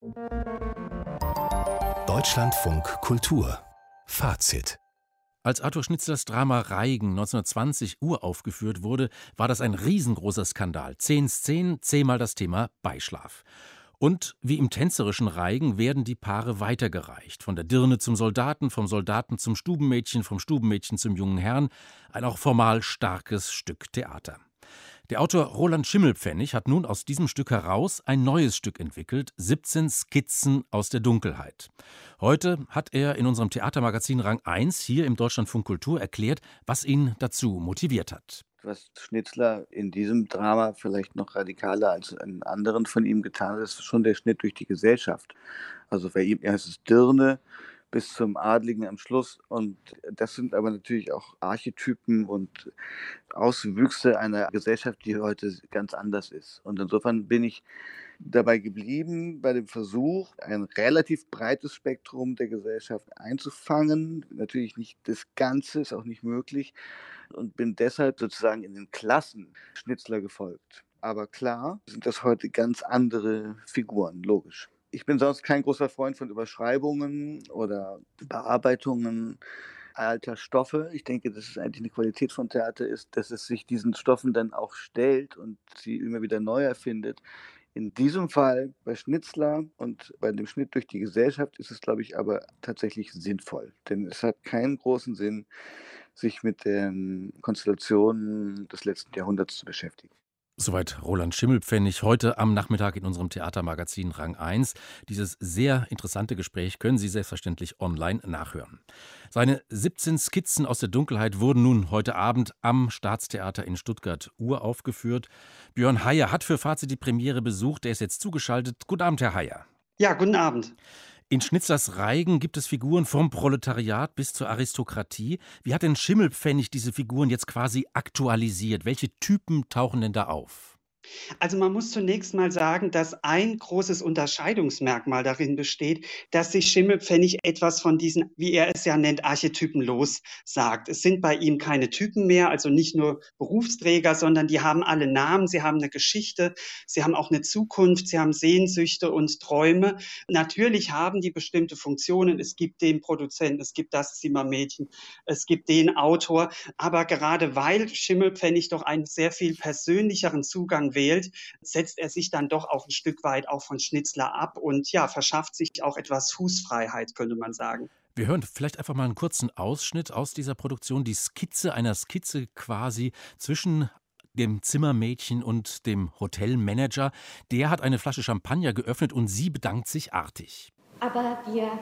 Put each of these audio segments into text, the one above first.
Deutschlandfunk Kultur Fazit. Als Arthur Schnitzlers Drama Reigen 1920 uraufgeführt wurde, war das ein riesengroßer Skandal. 10 Szenen, 10-mal das Thema Beischlaf. Und wie im tänzerischen Reigen werden die Paare weitergereicht. Von der Dirne zum Soldaten, vom Soldaten zum Stubenmädchen, vom Stubenmädchen zum jungen Herrn. Ein auch formal starkes Stück Theater. Der Autor Roland Schimmelpfennig hat nun aus diesem Stück heraus ein neues Stück entwickelt, 17 Skizzen aus der Dunkelheit. Heute hat er in unserem Theatermagazin Rang 1 hier im Deutschlandfunk Kultur erklärt, was ihn dazu motiviert hat. Was Schnitzler in diesem Drama vielleicht noch radikaler als in anderen von ihm getan hat, ist schon der Schnitt durch die Gesellschaft. Also bei ihm heißt es Dirne bis zum Adligen am Schluss. Und das sind aber natürlich auch Archetypen und Auswüchse einer Gesellschaft, die heute ganz anders ist. Und insofern bin ich dabei geblieben, bei dem Versuch, ein relativ breites Spektrum der Gesellschaft einzufangen. Natürlich nicht das Ganze, ist auch nicht möglich. Und bin deshalb sozusagen in den Klassen Schnitzler gefolgt. Aber klar sind das heute ganz andere Figuren, logisch. Ich bin sonst kein großer Freund von Überschreibungen oder Bearbeitungen alter Stoffe. Ich denke, dass es eigentlich eine Qualität von Theater ist, dass es sich diesen Stoffen dann auch stellt und sie immer wieder neu erfindet. In diesem Fall bei Schnitzler und bei dem Schnitt durch die Gesellschaft ist es, glaube ich, aber tatsächlich sinnvoll. Denn es hat keinen großen Sinn, sich mit den Konstellationen des letzten Jahrhunderts zu beschäftigen. Soweit Roland Schimmelpfennig heute am Nachmittag in unserem Theatermagazin Rang 1. Dieses sehr interessante Gespräch können Sie selbstverständlich online nachhören. Seine 17 Skizzen aus der Dunkelheit wurden nun heute Abend am Staatstheater in Stuttgart uraufgeführt. Björn Heyer hat für Fazit die Premiere besucht. Er ist jetzt zugeschaltet. Guten Abend, Herr Heyer. Ja, guten Abend. In Schnitzlers Reigen gibt es Figuren vom Proletariat bis zur Aristokratie. Wie hat denn Schimmelpfennig diese Figuren jetzt quasi aktualisiert? Welche Typen tauchen denn da auf? Also man muss zunächst mal sagen, dass ein großes Unterscheidungsmerkmal darin besteht, dass sich Schimmelpfennig etwas von diesen, wie er es ja nennt, Archetypen lossagt. Es sind bei ihm keine Typen mehr, also nicht nur Berufsträger, sondern die haben alle Namen, sie haben eine Geschichte, sie haben auch eine Zukunft, sie haben Sehnsüchte und Träume. Natürlich haben die bestimmte Funktionen. Es gibt den Produzenten, es gibt das Zimmermädchen, es gibt den Autor. Aber gerade weil Schimmelpfennig doch einen sehr viel persönlicheren Zugang wählt, setzt er sich dann doch auch ein Stück weit auch von Schnitzler ab und ja, verschafft sich auch etwas Fußfreiheit, könnte man sagen. Wir hören vielleicht einfach mal einen kurzen Ausschnitt aus dieser Produktion, die Skizze einer Skizze quasi zwischen dem Zimmermädchen und dem Hotelmanager. Der hat eine Flasche Champagner geöffnet und sie bedankt sich artig. Aber wir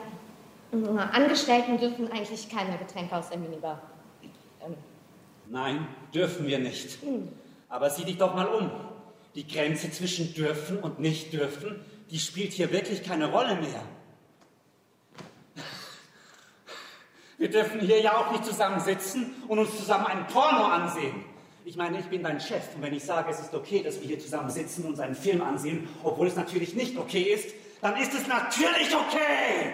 Angestellten dürfen eigentlich keine Getränke aus der Minibar. Nein, dürfen wir nicht. Aber sieh dich doch mal um. Die Grenze zwischen dürfen und nicht dürfen, die spielt hier wirklich keine Rolle mehr. Wir dürfen hier ja auch nicht zusammensitzen und uns zusammen einen Porno ansehen. Ich meine, ich bin dein Chef und wenn ich sage, es ist okay, dass wir hier zusammen sitzen und uns einen Film ansehen, obwohl es natürlich nicht okay ist, dann ist es natürlich okay.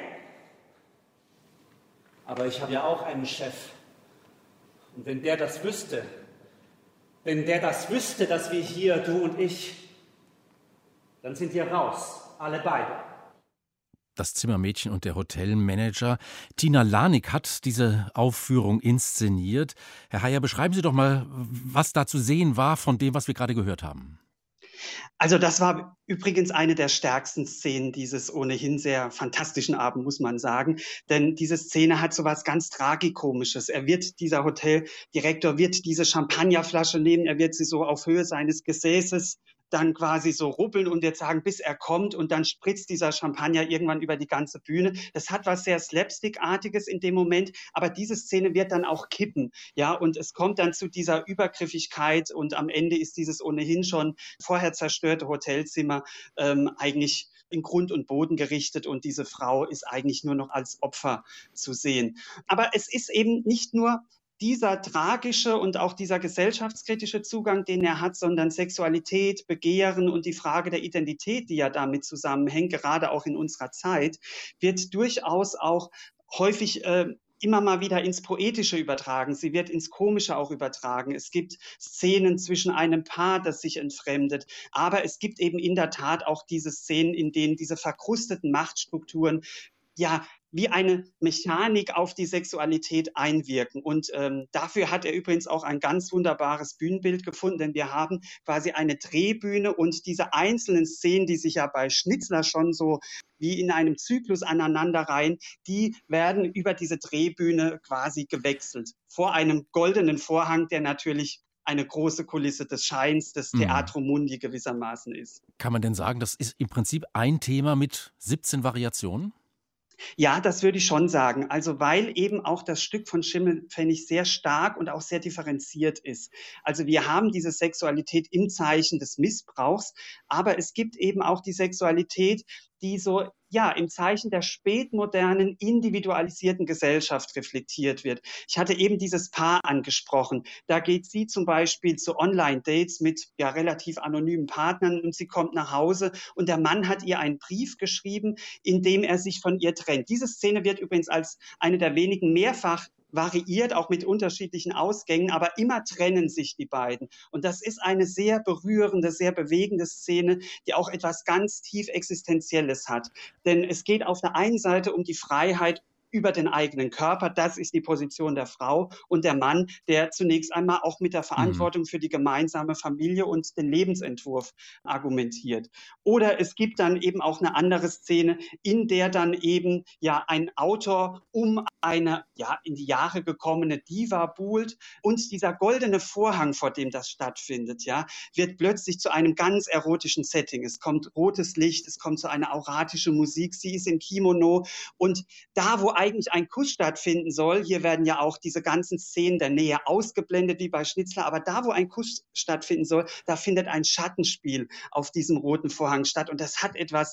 Aber ich habe ja auch einen Chef. Und wenn der das wüsste, dass wir hier, du und ich, dann sind wir raus, alle beide. Das Zimmermädchen und der Hotelmanager. Tina Lanik hat diese Aufführung inszeniert. Herr Heyer, beschreiben Sie doch mal, was da zu sehen war von dem, was wir gerade gehört haben. Also das war übrigens eine der stärksten Szenen dieses ohnehin sehr fantastischen Abends, muss man sagen. Denn diese Szene hat so was ganz Tragikomisches. Dieser Hoteldirektor wird diese Champagnerflasche nehmen, er wird sie so auf Höhe seines Gesäßes dann quasi so rubbeln und jetzt sagen, bis er kommt und dann spritzt dieser Champagner irgendwann über die ganze Bühne. Das hat was sehr Slapstick-artiges in dem Moment, aber diese Szene wird dann auch kippen, ja, und es kommt dann zu dieser Übergriffigkeit und am Ende ist dieses ohnehin schon vorher zerstörte Hotelzimmer eigentlich in Grund und Boden gerichtet und diese Frau ist eigentlich nur noch als Opfer zu sehen. Aber es ist eben nicht nur dieser tragische und auch dieser gesellschaftskritische Zugang, den er hat, sondern Sexualität, Begehren und die Frage der Identität, die ja damit zusammenhängt, gerade auch in unserer Zeit, wird durchaus auch häufig immer mal wieder ins Poetische übertragen, sie wird ins Komische auch übertragen. Es gibt Szenen zwischen einem Paar, das sich entfremdet, aber es gibt eben in der Tat auch diese Szenen, in denen diese verkrusteten Machtstrukturen ja wie eine Mechanik auf die Sexualität einwirken. Und dafür hat er übrigens auch ein ganz wunderbares Bühnenbild gefunden, denn wir haben quasi eine Drehbühne und diese einzelnen Szenen, die sich ja bei Schnitzler schon so wie in einem Zyklus aneinanderreihen, die werden über diese Drehbühne quasi gewechselt. Vor einem goldenen Vorhang, der natürlich eine große Kulisse des Scheins, des Theatrum Mundi gewissermaßen ist. Kann man denn sagen, das ist im Prinzip ein Thema mit 17 Variationen? Ja, das würde ich schon sagen. Also weil eben auch das Stück von Schimmelpfennig sehr stark und auch sehr differenziert ist. Also wir haben diese Sexualität im Zeichen des Missbrauchs, aber es gibt eben auch die Sexualität, die so ja im Zeichen der spätmodernen, individualisierten Gesellschaft reflektiert wird. Ich hatte eben dieses Paar angesprochen. Da geht sie zum Beispiel zu Online-Dates mit ja relativ anonymen Partnern und sie kommt nach Hause und der Mann hat ihr einen Brief geschrieben, in dem er sich von ihr trennt. Diese Szene wird übrigens als eine der wenigen mehrfach variiert, auch mit unterschiedlichen Ausgängen, aber immer trennen sich die beiden. Und das ist eine sehr berührende, sehr bewegende Szene, die auch etwas ganz tief Existenzielles hat. Denn es geht auf der einen Seite um die Freiheit über den eigenen Körper, das ist die Position der Frau und der Mann, der zunächst einmal auch mit der Verantwortung für die gemeinsame Familie und den Lebensentwurf argumentiert. Oder es gibt dann eben auch eine andere Szene, in der dann eben ja ein Autor um eine ja in die Jahre gekommene Diva buhlt und dieser goldene Vorhang, vor dem das stattfindet, ja, wird plötzlich zu einem ganz erotischen Setting. Es kommt rotes Licht, es kommt zu einer auratischen Musik, sie ist im Kimono und da, wo eigentlich ein Kuss stattfinden soll, hier werden ja auch diese ganzen Szenen der Nähe ausgeblendet, wie bei Schnitzler, aber da, wo ein Kuss stattfinden soll, da findet ein Schattenspiel auf diesem roten Vorhang statt und das hat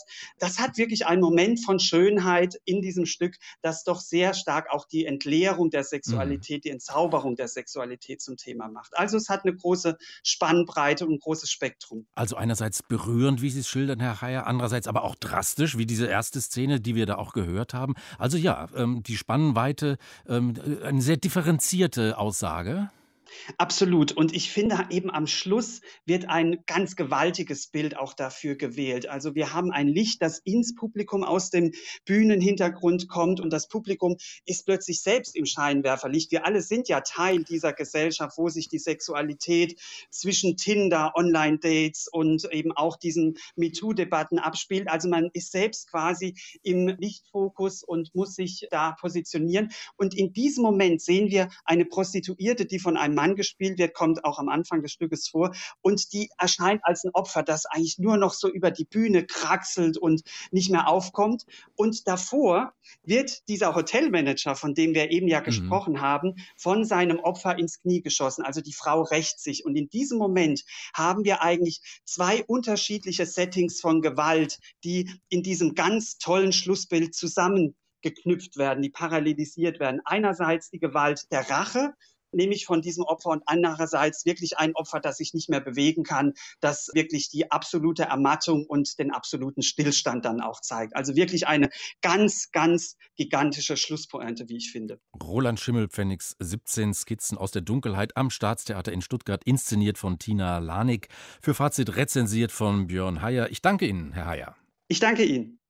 wirklich einen Moment von Schönheit in diesem Stück, das doch sehr stark auch die Entleerung der Sexualität, die Entzauberung der Sexualität zum Thema macht. Also es hat eine große Spannbreite und ein großes Spektrum. Also einerseits berührend, wie Sie es schildern, Herr Heyer, andererseits aber auch drastisch, wie diese erste Szene, die wir da auch gehört haben. Also ja, die Spannweite, eine sehr differenzierte Aussage. Absolut. Und ich finde eben am Schluss wird ein ganz gewaltiges Bild auch dafür gewählt. Also wir haben ein Licht, das ins Publikum aus dem Bühnenhintergrund kommt und das Publikum ist plötzlich selbst im Scheinwerferlicht. Wir alle sind ja Teil dieser Gesellschaft, wo sich die Sexualität zwischen Tinder, Online-Dates und eben auch diesen MeToo-Debatten abspielt. Also man ist selbst quasi im Lichtfokus und muss sich da positionieren. Und in diesem Moment sehen wir eine Prostituierte, die von einem Mann gespielt wird, kommt auch am Anfang des Stückes vor und die erscheint als ein Opfer, das eigentlich nur noch so über die Bühne kraxelt und nicht mehr aufkommt und davor wird dieser Hotelmanager, von dem wir eben ja gesprochen haben, von seinem Opfer ins Knie geschossen, also die Frau rächt sich und in diesem Moment haben wir eigentlich zwei unterschiedliche Settings von Gewalt, die in diesem ganz tollen Schlussbild zusammengeknüpft werden, die parallelisiert werden. Einerseits die Gewalt der Rache, nämlich von diesem Opfer und andererseits wirklich ein Opfer, das sich nicht mehr bewegen kann, das wirklich die absolute Ermattung und den absoluten Stillstand dann auch zeigt. Also wirklich eine ganz, ganz gigantische Schlusspointe, wie ich finde. Roland Schimmelpfennigs 17 Skizzen aus der Dunkelheit am Staatstheater in Stuttgart, inszeniert von Tina Lanik, für Fazit rezensiert von Björn Heyer. Ich danke Ihnen, Herr Heyer. Ich danke Ihnen.